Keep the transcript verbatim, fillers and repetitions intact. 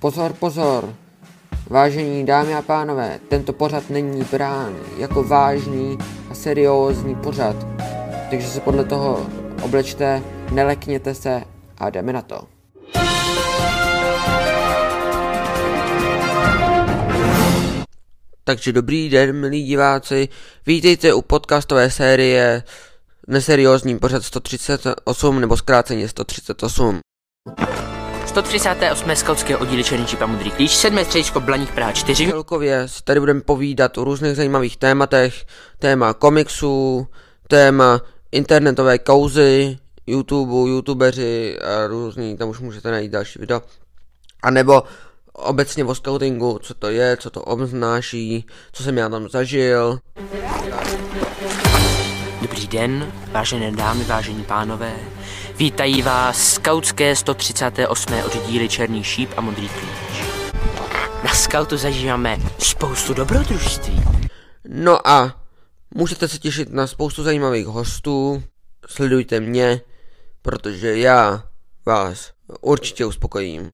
Pozor, pozor! Vážení dámy a pánové, tento pořad není brán jako vážný a seriózní pořad, takže se podle toho oblečte, nelekněte se a jdeme na to. Takže dobrý den, milí diváci, vítejte u podcastové série Neseriózní pořad sto třicet osm nebo zkráceně sto třicet osm. sto třicáté osmé skautské oddíly Černý čip a Modrý klíč, sedmé středisko Blaník Praha čtyři. Celkově si tady budeme povídat o různých zajímavých tématech, téma komiksů, téma internetové kauzy, YouTube, youtubeři a různý, tam už můžete najít další video. A nebo obecně o scoutingu, co to je, co to obnáší, co jsem já tam zažil. Dobrý den, vážené dámy, vážení pánové. Vítají vás skautské sto třicáté osmé oddíly Černý šíp a Modrý klíč. Na skautu zažíváme spoustu dobrodružství. No a můžete se těšit na spoustu zajímavých hostů. Sledujte mě, protože já vás určitě uspokojím.